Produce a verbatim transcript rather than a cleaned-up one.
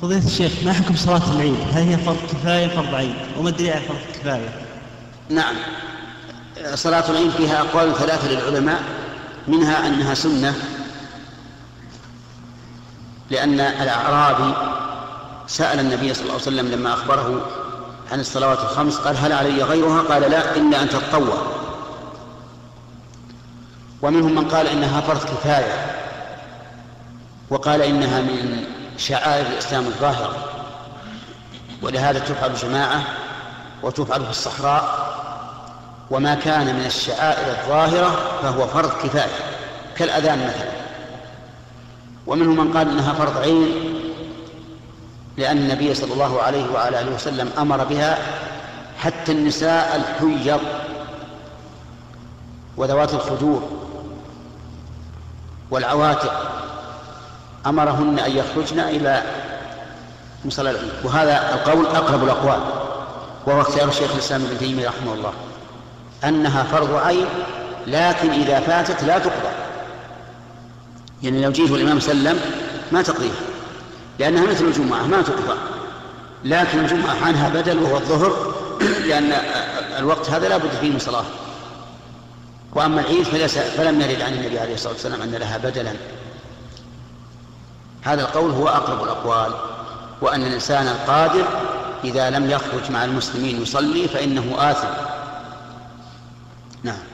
فضيلة الشيخ، ما حكم صلاة العيد؟ هل هي فرض كفاية فرض عين؟ وما الدليل على فرض كفاية؟ نعم، صلاة العيد فيها أقوال ثلاثة للعلماء، منها أنها سنة، لأن الأعرابي سأل النبي صلى الله عليه وسلم لما أخبره عن الصلوات الخمس قال: هل علي غيرها؟ قال: لا، إلا أن تتطوع. ومنهم من قال إنها فرض كفاية، وقال إنها من شعائر الإسلام الظاهرة، ولهذا تفعل جماعة وتفعل في الصحراء، وما كان من الشعائر الظاهرة فهو فرض كفاية كالأذان مثلا. ومنهم من قال إنها فرض عين، لأن النبي صلى الله عليه وعلى آله وسلم أمر بها حتى النساء الحيض وذوات الخدور والعواتق أمرهن أن يخرجن إلى مصلى العيد. وهذا القول أقرب الأقوال، وهو اختيار الشيخ الإسلام ابن تيمية رحمه الله، أنها فرض عين، لكن إذا فاتت لا تقضى. يعني لو جيت والإمام سلم ما تقضيها، لأنها مثل الجمعة ما تقضى، لكن الجمعة عنها بدل وهو الظهر، لأن الوقت هذا لا بد فيه من صلاة. وأما العيد فلم يرد عن النبي عليه الصلاة والسلام أن لها بدلا. هذا القول هو أقرب الأقوال، وأن الإنسان القادر إذا لم يخرج مع المسلمين يصلي فإنه آثم. نعم.